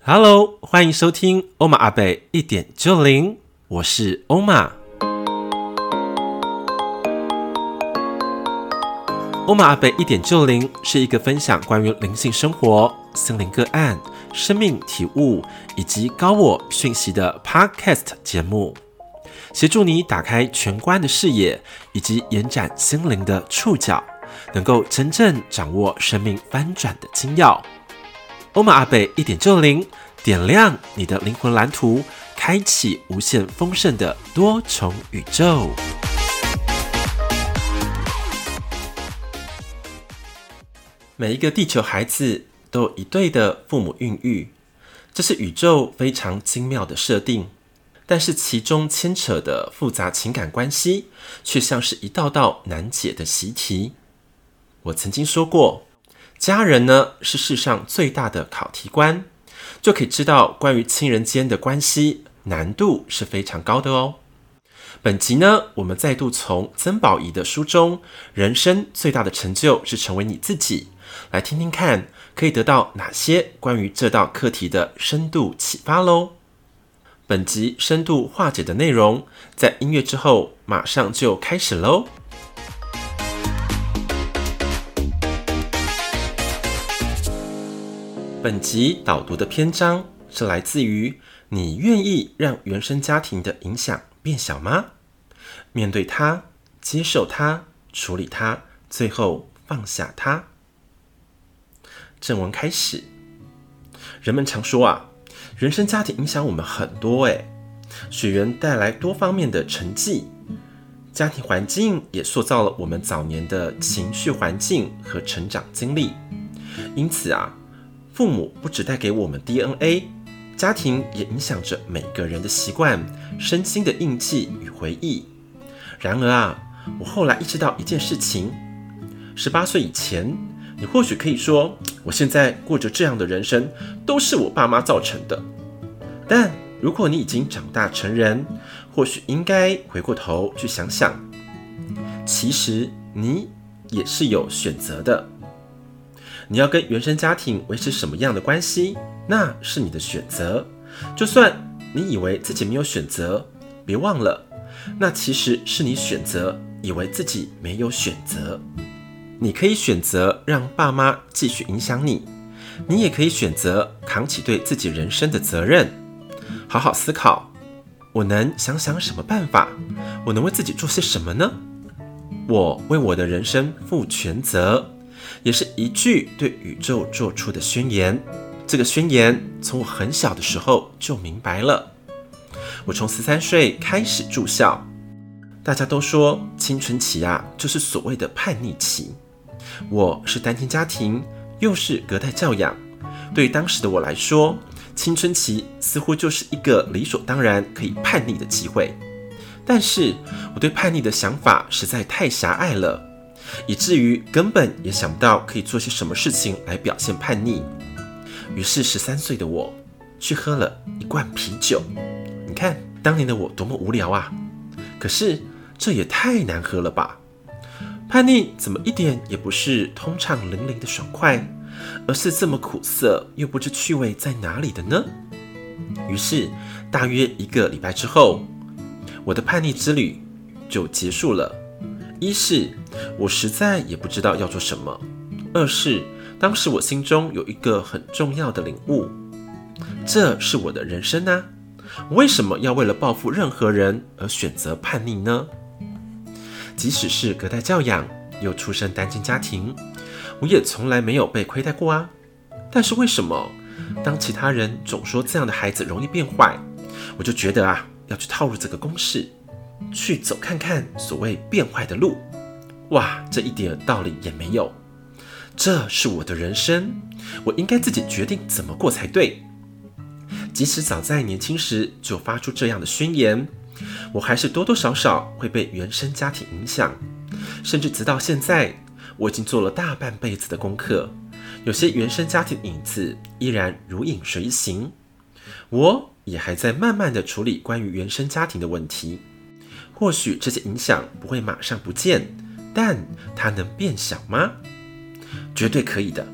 Hello， 欢迎收听欧玛阿贝一点就灵，我是欧玛。欧玛阿贝一点就灵是一个分享关于灵性生活、心灵个案、生命体悟以及高我讯息的 Podcast 节目，协助你打开全观的视野，以及延展心灵的触角，能够真正掌握生命翻转的精要。欧玛阿贝一点就灵，点亮你的灵魂蓝图，开启无限丰盛的多重宇宙。每一个地球孩子都有一对的父母孕育，这是宇宙非常精妙的设定，但是其中牵扯的复杂情感关系，却像是一道道难解的习题。我曾经说过，家人呢是世上最大的考题关，就可以知道关于亲人间的关系难度是非常高的哦。本集呢，我们再度从曾宝仪的书中《人生最大的成就是成为你自己》来听听看，可以得到哪些关于这道课题的深度启发咯。本集深度化解的内容，在音乐之后马上就开始咯。本集导读的篇章是来自于你愿意让原生家庭的影响变小吗？面对它，接受它，处理它，最后放下它。正文开始。人们常说原生家庭影响我们很多血缘带来多方面的成绩，家庭环境也塑造了我们早年的情绪环境和成长经历。因此父母不只带给我们 DNA， 家庭也影响着每个人的习惯、身心的印记与回忆。然而我后来意识到一件事情，18岁以前，你或许可以说，我现在过着这样的人生，都是我爸妈造成的。但如果你已经长大成人，或许应该回过头去想想，其实你也是有选择的。你要跟原生家庭维持什么样的关系，那是你的选择。就算你以为自己没有选择，别忘了，那其实是你选择以为自己没有选择。你可以选择让爸妈继续影响你，你也可以选择扛起对自己人生的责任。好好思考，我能想想什么办法？我能为自己做些什么呢？我为我的人生负全责，也是一句对宇宙做出的宣言。这个宣言从我很小的时候就明白了。我从13岁开始住校，大家都说青春期就是所谓的叛逆期。我是单亲家庭，又是隔代教养，对于当时的我来说，青春期似乎就是一个理所当然可以叛逆的机会。但是我对叛逆的想法实在太狭隘了，以至于根本也想不到可以做些什么事情来表现叛逆。于是13岁的我去喝了一罐啤酒。你看当年的我多么无聊可是这也太难喝了吧。叛逆怎么一点也不是通畅淋漓的爽快，而是这么苦涩又不知趣味在哪里的呢？于是大约1个礼拜之后，我的叛逆之旅就结束了。一是我实在也不知道要做什么，二是当时我心中有一个很重要的领悟，这是我的人生我为什么要为了报复任何人而选择叛逆呢？即使是隔代教养，又出身单亲家庭，我也从来没有被亏待过但是为什么当其他人总说这样的孩子容易变坏，我就觉得要去套入这个公式，去走看看所谓变坏的路。这一点道理也没有。这是我的人生，我应该自己决定怎么过才对。即使早在年轻时就发出这样的宣言，我还是多多少少会被原生家庭影响，甚至直到现在，我已经做了大半辈子的功课，有些原生家庭影子依然如影随形。我也还在慢慢的处理关于原生家庭的问题。或许这些影响不会马上不见，但它能变小吗？绝对可以的。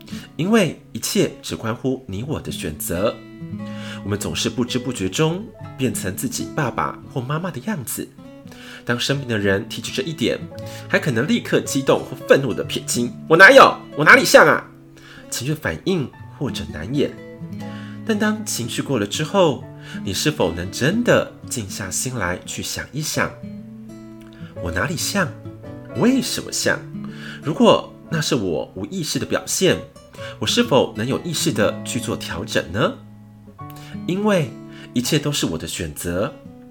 因为一切只关乎你我的选择。我们总是不知不觉中变成自己爸爸或妈妈的样子。当身边的人提起这一点，还可能立刻激动或愤怒的撇清：我哪有？我哪里像啊？情绪反应或者难掩。但当情绪过了之后，你是否能真的静下心来去想一想，我哪里像？为什么像？如果那是我无意识的表现，我是否能有意识的去做调整呢？因为一切都是我的选择，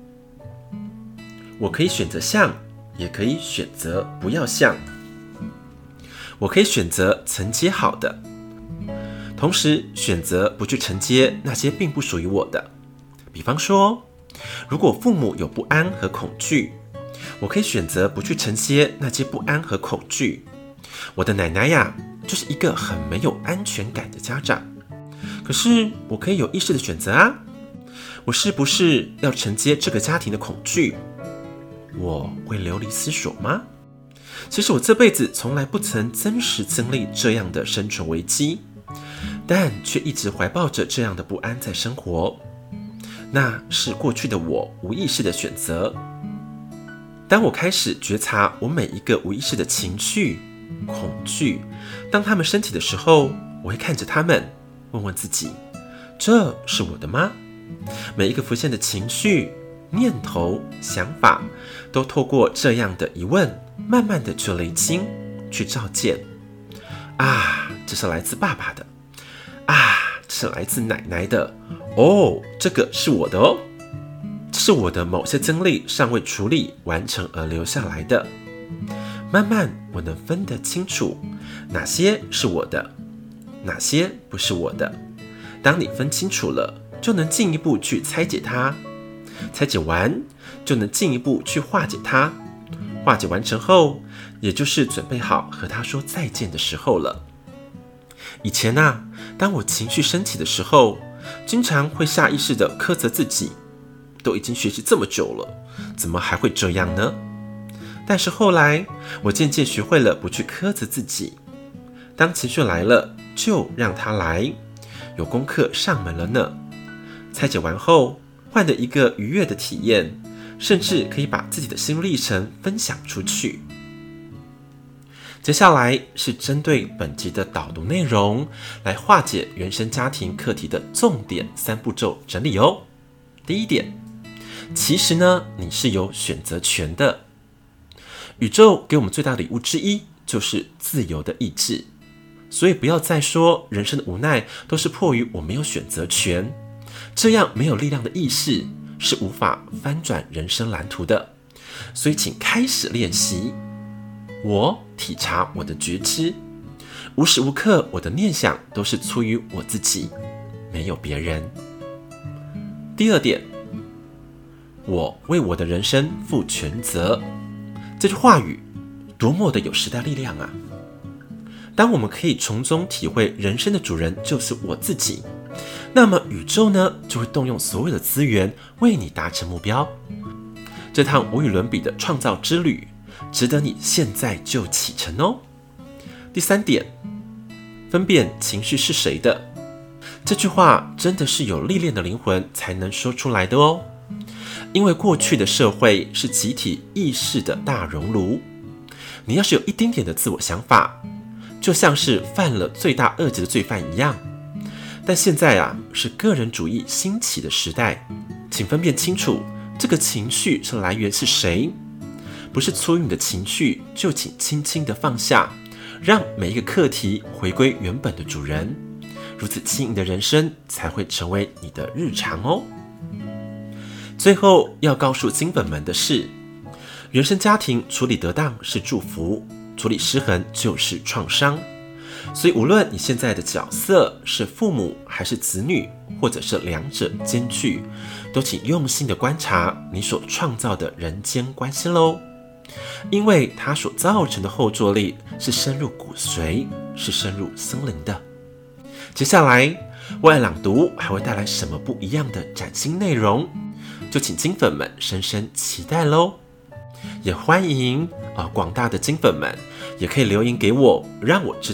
我可以选择像，也可以选择不要像。我可以选择承接好的，同时选择不去承接那些并不属于我的。比方说，如果父母有不安和恐惧，我可以选择不去承接那些不安和恐惧。我的奶奶呀，就是一个很没有安全感的家长，可是我可以有意识的选择啊，我是不是要承接这个家庭的恐惧？我会流离失所吗？其实我这辈子从来不曾真实经历这样的生存危机，但却一直怀抱着这样的不安在生活。那是过去的我无意识的选择。当我开始觉察我每一个无意识的情绪、恐惧，当他们升起的时候，我会看着他们，问问自己：这是我的吗？每一个浮现的情绪、念头、想法，都透过这样的疑问，慢慢的去厘清、去照见。啊，这是来自爸爸的。啊，这是来自奶奶的。哦，这个是我的哦。这是我的某些经历尚未处理完成而留下来的。慢慢我能分得清楚，哪些是我的，哪些不是我的。当你分清楚了，就能进一步去拆解它。拆解完，就能进一步去化解它。化解完成后，也就是准备好和它说再见的时候了。以前啊，当我情绪升起的时候，经常会下意识地苛责自己，都已经学习这么久了，怎么还会这样呢？但是后来，我渐渐学会了不去苛责自己。当情绪来了，就让它来，有功课上门了呢。拆解完后，换得一个愉悦的体验，甚至可以把自己的心路历程分享出去。接下来是针对本集的导读内容，来化解原生家庭课题的重点3步骤整理哦。第一点，其实呢，你是有选择权的。宇宙给我们最大的礼物之一，就是自由的意志。所以不要再说人生的无奈都是迫于我没有选择权，这样没有力量的意识是无法翻转人生蓝图的。所以请开始练习，我体察我的觉知，无时无刻我的念想都是出于我自己，没有别人。第二点，我为我的人生负全责。这句话语多么的有时代力量啊！当我们可以从中体会人生的主人就是我自己，那么宇宙呢，就会动用所有的资源为你达成目标。这趟无与伦比的创造之旅，值得你现在就启程哦。第三点，分辨情绪是谁的。这句话真的是有历练的灵魂才能说出来的哦。因为过去的社会是集体意识的大熔炉，你要是有一丁点的自我想法，就像是犯了罪大恶极的罪犯一样。但现在啊，是个人主义兴起的时代，请分辨清楚这个情绪是来源是谁。不是出于你的情绪，就请轻轻的放下，让每一个课题回归原本的主人，如此轻盈的人生才会成为你的日常哦。最后要告诉金粉们的是，原生家庭处理得当是祝福，处理失衡就是创伤。所以无论你现在的角色是父母还是子女，或者是两者兼具，都请用心的观察你所创造的人间关系咯，因为它所造成的后坐力是深入骨髓，是深入心灵的。接下来为爱朗读还会带来什么不一样的崭新内容，就请金粉们深深期待咯。也欢迎广大的金粉们也可以留言给我，让我知道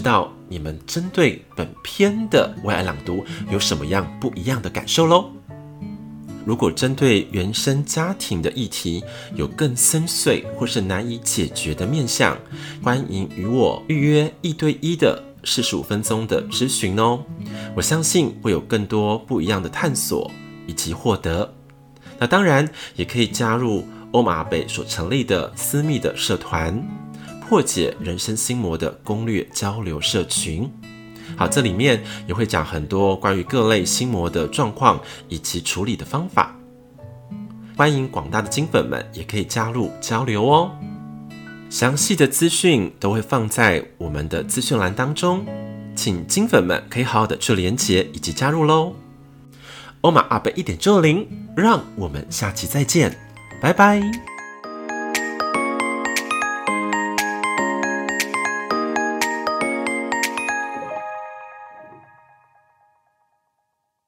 你们针对本篇的为爱朗读有什么样不一样的感受咯。如果针对原生家庭的议题有更深邃或是难以解决的面向，欢迎与我预约1对1的45分钟的咨询哦。我相信会有更多不一样的探索以及获得。那当然也可以加入欧玛阿贝所成立的私密的社团，破解人生心魔的攻略交流社群。好，这里面也会讲很多关于各类心魔的状况以及处理的方法。欢迎广大的金粉们也可以加入交流哦。详细的资讯都会放在我们的资讯栏当中，请金粉们可以好好的去连结以及加入咯。欧玛阿贝1.90，让我们下期再见，拜拜。